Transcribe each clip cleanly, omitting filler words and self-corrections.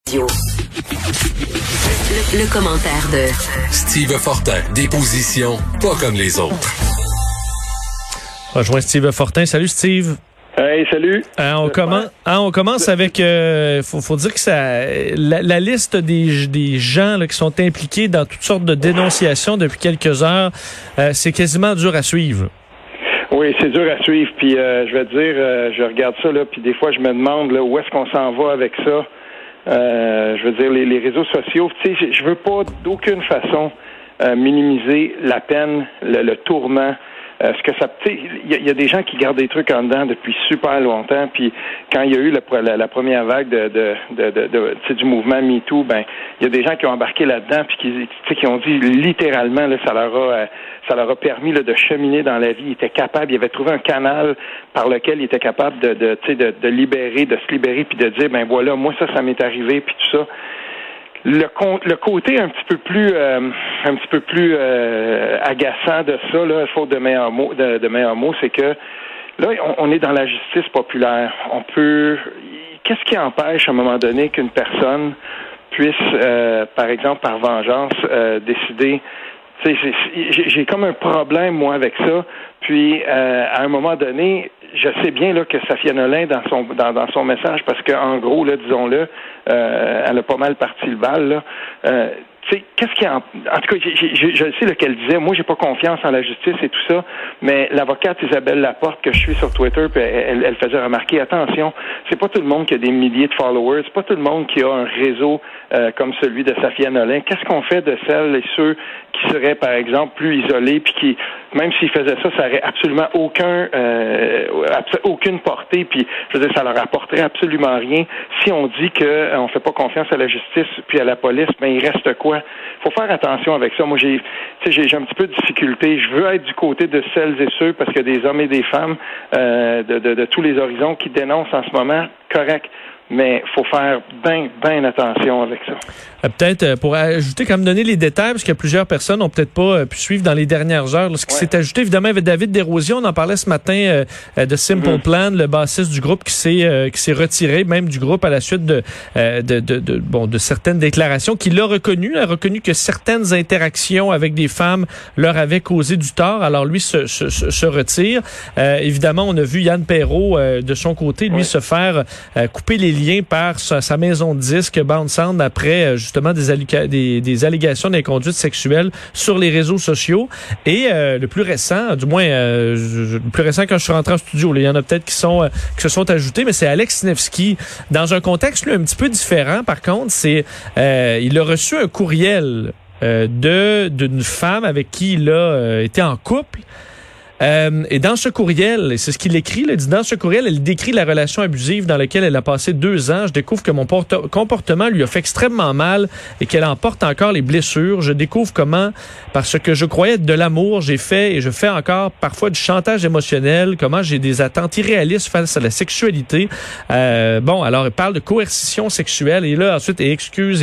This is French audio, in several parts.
Le commentaire de Steve Fortin, des positions pas comme les autres. Rejoins Steve Fortin. Salut Steve. Hey, salut. On commence avec, faut dire que la liste des gens là, qui sont impliqués dans toutes sortes de dénonciations depuis quelques heures, c'est quasiment dur à suivre. Oui, c'est dur à suivre. Puis je vais te dire, je regarde ça là, puis des fois je me demande là, où est-ce qu'on s'en va avec ça. Je veux dire, les réseaux sociaux, tu sais, je veux pas d'aucune façon minimiser la peine, le tourment. Ce que ça, tu sais, il y a des gens qui gardent des trucs en dedans depuis super longtemps. Puis quand il y a eu la première vague du mouvement MeToo, ben il y a des gens qui ont embarqué là-dedans puis qui ont dit littéralement là, ça leur a permis là, de cheminer dans la vie. Ils étaient capables, ils avaient trouvé un canal par lequel ils étaient capables de se libérer puis de dire ben voilà, moi ça m'est arrivé puis tout ça. Le côté un petit peu plus agaçant de ça, là, faute de meilleurs mots, c'est que là, on est dans la justice populaire. Qu'est-ce qui empêche à un moment donné qu'une personne puisse, par exemple, par vengeance, décider. Tu sais, j'ai comme un problème moi avec ça. Puis à un moment donné, je sais bien là que Safia Nolin dans son message, parce que en gros là, disons-le, elle a pas mal parti le bal là. Tu sais, qu'est-ce qui en tout cas, je sais qu'elle disait, moi j'ai pas confiance en la justice et tout ça, mais l'avocate Isabelle Laporte que je suis sur Twitter, puis elle faisait remarquer, attention, c'est pas tout le monde qui a des milliers de followers, c'est pas tout le monde qui a un réseau comme celui de Safia Nolin. Qu'est-ce qu'on fait de celles et ceux qui seraient par exemple plus isolés, puis qui, même s'ils faisaient ça aurait absolument aucune portée, puis je veux dire, ça leur apporterait absolument rien. Si on dit que on fait pas confiance à la justice puis à la police, ben il reste quoi? Faut faire attention avec ça. Moi, j'ai un petit peu de difficulté. Je veux être du côté de celles et ceux, parce qu'il y a des hommes et des femmes de tous les horizons qui dénoncent en ce moment, correct. Mais faut faire bien attention avec ça. Peut-être pour ajouter, quand même donner les détails, parce que plusieurs personnes n'ont peut-être pas pu suivre dans les dernières heures. Là, ce qui s'est ajouté, évidemment, avec David Desrosiers, on en parlait ce matin de Simple Plan, le bassiste du groupe qui s'est retiré même du groupe à la suite de certaines déclarations qu'il a reconnu. Il a reconnu que certaines interactions avec des femmes leur avaient causé du tort. Alors lui se retire. Évidemment, on a vu Yann Perrault de son côté, lui, se faire couper les liens par sa maison de disques Bound Sound après justement des allégations d'inconduite sexuelle sur les réseaux sociaux. Et le plus récent, du moins le plus récent quand je suis rentré en studio, là, il y en a peut-être qui se sont ajoutés, mais c'est Alex Nevsky dans un contexte lui un petit peu différent. Par contre, il a reçu un courriel d'une femme avec qui il a été en couple. Et dans ce courriel, et c'est ce qu'il écrit, il dit, dans ce courriel, elle décrit la relation abusive dans laquelle elle a passé 2 ans. Je découvre que mon comportement lui a fait extrêmement mal et qu'elle en porte encore les blessures. Je découvre comment, parce que je croyais être de l'amour, j'ai fait et je fais encore parfois du chantage émotionnel, comment j'ai des attentes irréalistes face à la sexualité. Alors elle parle de coercition sexuelle et là ensuite des excuses.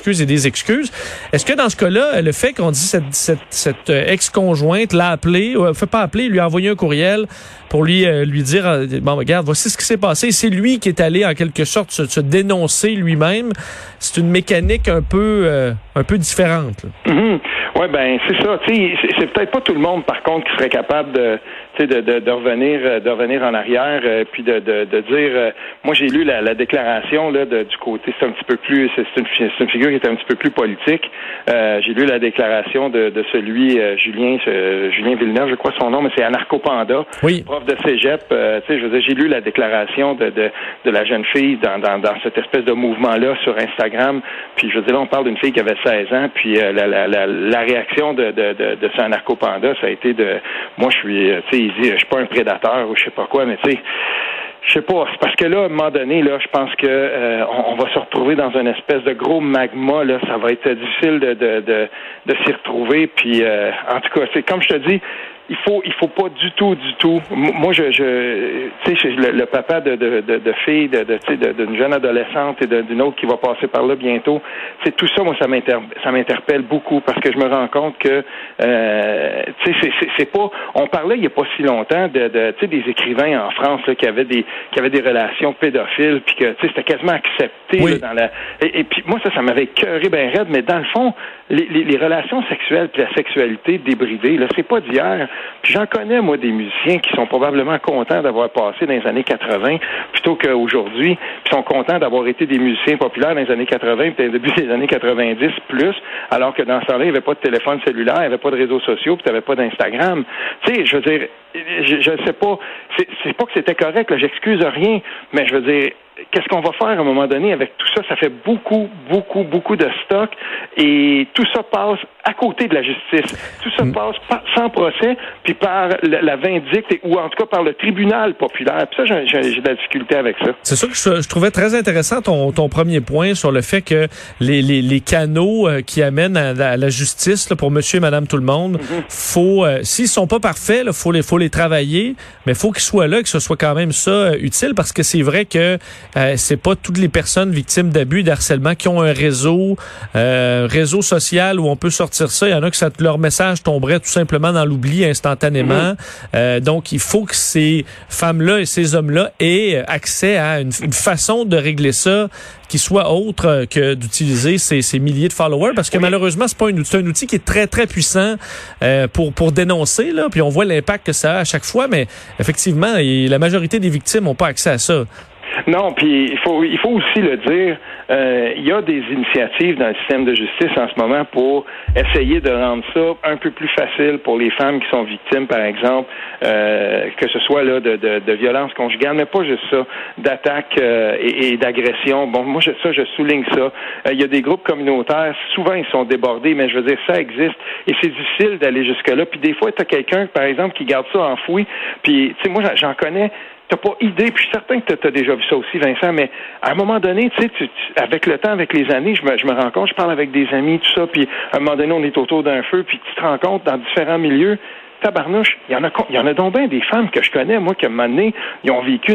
Est-ce que dans ce cas-là, le fait qu'on dit cette ex-conjointe l'a appelé, fait pas appeler, lui a envoyé un courriel pour lui dire bon, regarde, voici ce qui s'est passé. C'est lui qui est allé en quelque sorte se dénoncer lui-même. C'est une mécanique un peu différente. Mm-hmm. Ouais, ben c'est ça. Tu sais, c'est peut-être pas tout le monde par contre qui serait capable de revenir en arrière puis de dire moi j'ai lu la déclaration là du côté, c'est un petit peu plus, c'est une figure qui est un petit peu plus politique. J'ai lu la déclaration de celui Julien Villeneuve, je crois son nom, mais c'est Anarcho-Panda, oui, prof de cégep. Tu sais, je veux dire, j'ai lu la déclaration de la jeune fille dans cette espèce de mouvement là sur Instagram. Puis je veux dire, là on parle d'une fille qui avait 16 ans, puis la réaction de ce Anarcho-Panda, ça a été de moi je suis, tu sais, il dit je suis pas un prédateur ou je sais pas quoi, mais tu sais, je sais pas, c'est parce que là, à un moment donné, là, je pense que on va se retrouver dans une espèce de gros magma, là, ça va être difficile de s'y retrouver, puis en tout cas, c'est comme je te dis, il faut pas du tout. Moi, tu sais, le papa de fille, d'une jeune adolescente et d'une autre qui va passer par là bientôt, c'est tout ça. Moi, ça m'interpelle beaucoup parce que je me rends compte que, tu sais, c'est pas. On parlait il y a pas si longtemps tu sais, des écrivains en France là, qui avaient des relations pédophiles, puis que, tu sais, c'était quasiment accepté oui. là, et puis moi ça m'avait écœuré ben raide, mais dans le fond, les relations sexuelles puis la sexualité débridée, là, c'est pas d'hier. Puis j'en connais, moi, des musiciens qui sont probablement contents d'avoir passé dans les années 80 plutôt qu'aujourd'hui, puis sont contents d'avoir été des musiciens populaires dans les années 80 puis au début des années 90 plus, alors que dans ce temps-là, il n'y avait pas de téléphone cellulaire, il n'y avait pas de réseaux sociaux, puis il n'y avait pas d'Instagram. Tu sais, je veux dire, je sais pas, c'est pas que c'était correct, là, j'excuse rien, mais je veux dire, qu'est-ce qu'on va faire à un moment donné avec tout ça? Ça fait beaucoup de stock et tout ça passe à côté de la justice. Tout ça passe sans procès, puis par la vindicte, ou en tout cas par le tribunal populaire. Puis ça, j'ai de la difficulté avec ça. C'est sûr que je trouvais très intéressant ton premier point sur le fait que les canaux qui amènent à la justice là, pour monsieur et madame tout le monde, faut s'ils sont pas parfaits, là, faut les travailler, mais faut qu'ils soient là, que ce soit quand même ça utile, parce que c'est vrai que c'est pas toutes les personnes victimes d'abus et d'harcèlement qui ont un réseau social où on peut sortir ça. Il y en a que leur message tomberait tout simplement dans l'oubli instantanément. Donc, il faut que ces femmes-là et ces hommes-là aient accès à une façon de régler ça qui soit autre que d'utiliser ces milliers de followers, parce que malheureusement, c'est un outil qui est très, très puissant pour dénoncer, là, puis on voit l'impact que ça a à chaque fois, mais effectivement, la majorité des victimes n'ont pas accès à ça. Non, puis il faut aussi le dire, il y a des initiatives dans le système de justice en ce moment pour essayer de rendre ça un peu plus facile pour les femmes qui sont victimes, par exemple, que ce soit là de violences conjugales, mais pas juste ça, d'attaques et d'agressions. Bon, moi je souligne ça. Il y a des groupes communautaires, souvent ils sont débordés, mais je veux dire, ça existe et c'est difficile d'aller jusque-là. Puis des fois, tu as quelqu'un, par exemple, qui garde ça enfoui, puis tu sais, moi j'en connais. T'as pas idée, puis je suis certain que t'as déjà vu ça aussi, Vincent, mais à un moment donné, tu sais, avec le temps, avec les années, je me rends compte, je parle avec des amis, tout ça, puis à un moment donné, on est autour d'un feu, puis tu te rends compte dans différents milieux, tabarnouche, il y en a donc bien des femmes que je connais, moi, qui à un moment donné, ils ont vécu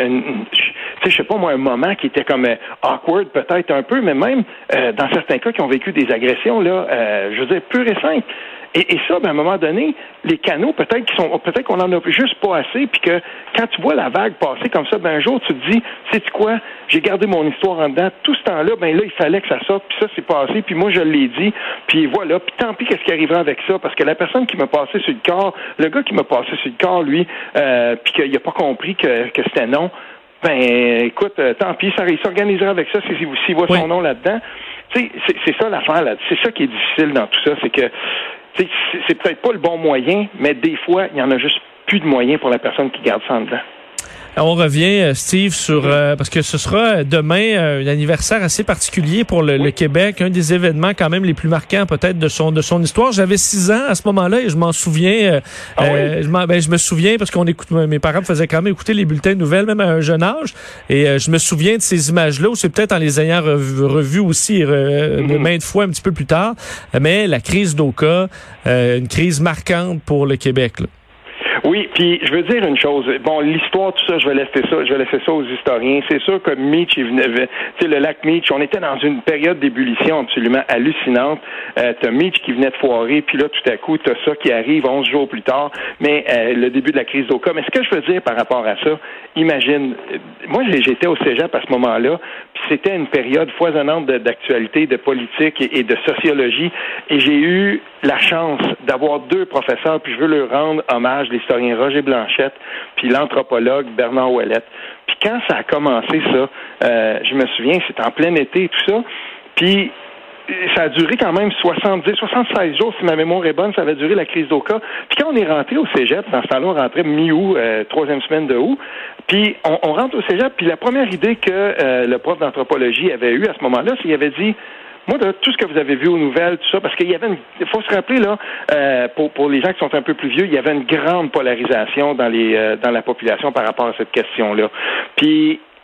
tu sais, je sais pas moi, un moment qui était comme awkward, peut-être un peu, mais même dans certains cas qui ont vécu des agressions, là, je veux dire, pures et simples. Et ça, ben, à un moment donné, les canaux, peut-être qu'on en a juste pas assez, puis que quand tu vois la vague passer comme ça, ben un jour, tu te dis, sais-tu quoi, j'ai gardé mon histoire en dedans, tout ce temps-là, ben là, il fallait que ça sorte, puis ça, c'est passé, puis moi, je l'ai dit, puis voilà, puis tant pis qu'est-ce qui arrivera avec ça, parce que la personne qui m'a passé sur le corps, le gars qui m'a passé sur le corps, lui, puis qu'il a pas compris que c'était non, ben écoute, tant pis, il s'organisera avec ça s'il voit son nom là-dedans. Tu sais, c'est ça l'affaire, là, c'est ça qui est difficile dans tout ça, c'est que c'est peut-être pas le bon moyen, mais des fois, il y en a juste plus de moyens pour la personne qui garde ça en dedans. On revient, Steve, sur parce que ce sera demain un anniversaire assez particulier pour le Québec, un des événements quand même les plus marquants peut-être de son histoire. J'avais 6 ans à ce moment-là et je m'en souviens. Je me souviens parce mes parents me faisaient quand même écouter les bulletins de nouvelles même à un jeune âge, et je me souviens de ces images-là, ou c'est peut-être en les ayant revues aussi de maintes fois un petit peu plus tard. Mais la crise d'Oka, une crise marquante pour le Québec, là. Oui, puis je veux dire une chose. Bon, l'histoire, tout ça, je vais laisser ça aux historiens. C'est sûr que Meech, tu sais, le lac Meech, on était dans une période d'ébullition absolument hallucinante. T'as Meech qui venait de foirer, puis là, tout à coup, t'as ça qui arrive 11 jours plus tard, mais le début de la crise d'Oka. Mais ce que je veux dire par rapport à ça, imagine, moi, j'étais au cégep à ce moment-là, puis c'était une période foisonnante d'actualité, de politique et de sociologie, et j'ai eu la chance d'avoir 2 professeurs, puis je veux leur rendre hommage, l'historien Roger Blanchette, puis l'anthropologue Bernard Ouellette. Puis quand ça a commencé, ça, je me souviens, c'était en plein été et tout ça, puis ça a duré quand même 76 jours, si ma mémoire est bonne, ça avait duré la crise d'Oka. Puis quand on est rentré au cégep, dans ce temps-là, on rentrait mi-août, 3e semaine de août, puis on rentre au cégep, puis la première idée que le prof d'anthropologie avait eue à ce moment-là, c'est qu'il avait dit, moi, de tout ce que vous avez vu aux nouvelles, tout ça, parce qu'il y avait il faut se rappeler, là, pour les gens qui sont un peu plus vieux, il y avait une grande polarisation dans la population par rapport à cette question-là. Puis,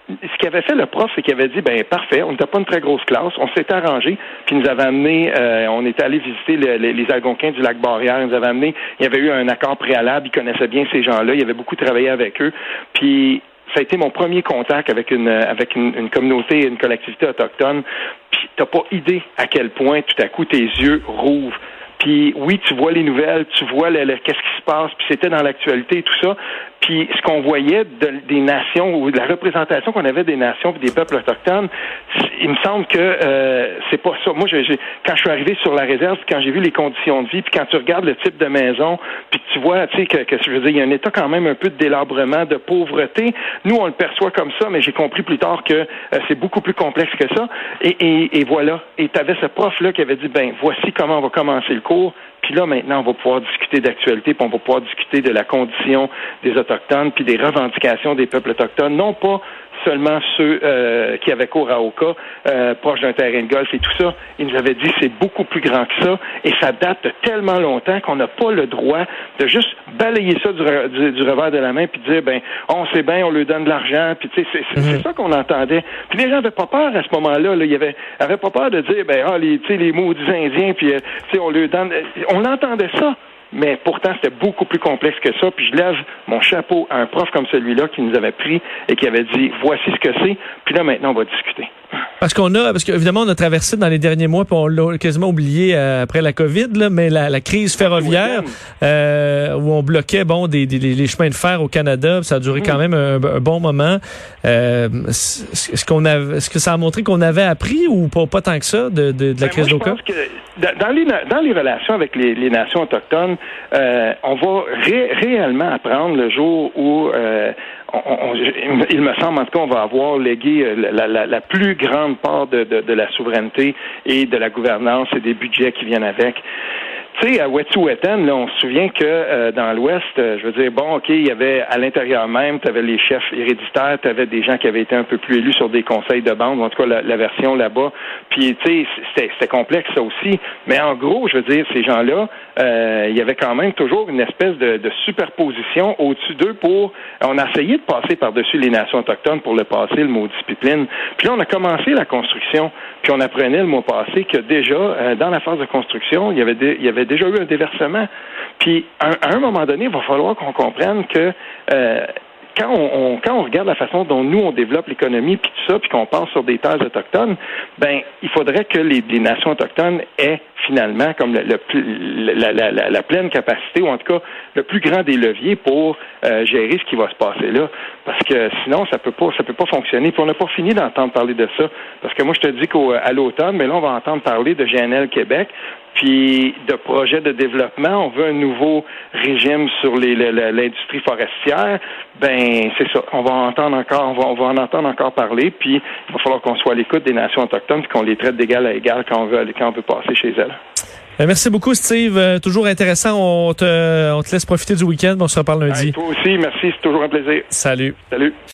ce qu'avait fait le prof, c'est qu'il avait dit, ben parfait, on n'était pas une très grosse classe, on s'était arrangé, puis il nous avait amené, on était allé visiter les Algonquins du lac Barrière, il nous avait amené, il y avait eu un accord préalable, il connaissait bien ces gens-là, il avait beaucoup travaillé avec eux, puis ça a été mon premier contact avec une communauté et une collectivité autochtone, puis t'as pas idée à quel point tout à coup tes yeux rouvrent. Puis oui, tu vois les nouvelles, tu vois qu'est-ce qui se passe, puis c'était dans l'actualité et tout ça. Puis ce qu'on voyait des nations, ou de la représentation qu'on avait des nations et des peuples autochtones, il me semble que c'est pas ça. Moi, quand je suis arrivé sur la réserve, quand j'ai vu les conditions de vie, puis quand tu regardes le type de maison, puis que tu vois, tu sais, que je veux dire, il y a un état quand même un peu de délabrement, de pauvreté. Nous, on le perçoit comme ça, mais j'ai compris plus tard que c'est beaucoup plus complexe que ça. Et voilà. Et tu avais ce prof-là qui avait dit, ben voici comment on va commencer le cours. Puis là, maintenant, on va pouvoir discuter d'actualité, puis on va pouvoir discuter de la condition des Autochtones, puis des revendications des peuples autochtones, non pas seulement ceux qui avaient cours à Oka, proche d'un terrain de golf et tout ça. Ils nous avaient dit c'est beaucoup plus grand que ça, et ça date de tellement longtemps qu'on n'a pas le droit de juste balayer ça du revers de la main, puis dire, ben, on sait bien, on lui donne de l'argent, puis tu sais, c'est ça qu'on entendait. Puis les gens n'avaient pas peur à ce moment-là, là, ils avaient pas peur de dire, ben, les maudits Indiens, puis tu sais, on lui donne... On entendait ça. Mais pourtant, c'était beaucoup plus complexe que ça. Puis je lève mon chapeau à un prof comme celui-là qui nous avait pris et qui avait dit, voici ce que c'est. Puis là, maintenant, on va discuter. Parce qu'évidemment, on a traversé dans les derniers mois, puis on l'a quasiment oublié après la COVID, là, mais la crise ferroviaire, où on bloquait les chemins de fer au Canada, ça a duré quand même un bon moment. Est-ce que ça a montré qu'on avait appris ou pas tant que ça de la crise d'Oka? Je pense que dans les relations avec les nations autochtones, on va réellement apprendre le jour où il me semble, en tout cas, on va avoir légué la plus grande part de la souveraineté et de la gouvernance et des budgets qui viennent avec. Tu sais, à Wet'suwet'en, là, on se souvient que dans l'Ouest, je veux dire, bon, OK, il y avait à l'intérieur même, tu avais les chefs héréditaires, tu avais des gens qui avaient été un peu plus élus sur des conseils de bande, ou en tout cas la version là-bas. Puis, tu sais, c'était complexe ça aussi. Mais en gros, je veux dire, ces gens-là, il y avait quand même toujours une espèce de superposition au-dessus d'eux on a essayé de passer par-dessus les nations autochtones pour le passer, le maudit pipeline. Puis là, on a commencé la construction. Puis on apprenait le mois passé que déjà, dans la phase de construction, il y avait déjà eu un déversement. Puis à un moment donné, il va falloir qu'on comprenne que quand on regarde la façon dont nous on développe l'économie puis tout ça, puis qu'on pense sur des terres autochtones, ben il faudrait que les nations autochtones aient finalement comme la pleine capacité, ou en tout cas le plus grand des leviers pour gérer ce qui va se passer là, parce que sinon ça peut pas fonctionner. Puis on n'a pas fini d'entendre parler de ça, parce que moi je te dis qu'à l'automne, mais là on va entendre parler de GNL Québec, puis de projets de développement. On veut un nouveau régime sur l'industrie forestière. Ben c'est ça. On va en entendre encore parler. Puis il va falloir qu'on soit à l'écoute des nations autochtones, puis qu'on les traite d'égal à égal quand on veut passer chez elles. Merci beaucoup, Steve. Toujours intéressant. On te laisse profiter du week-end. On se reparle lundi. Toi aussi. Merci. C'est toujours un plaisir. Salut.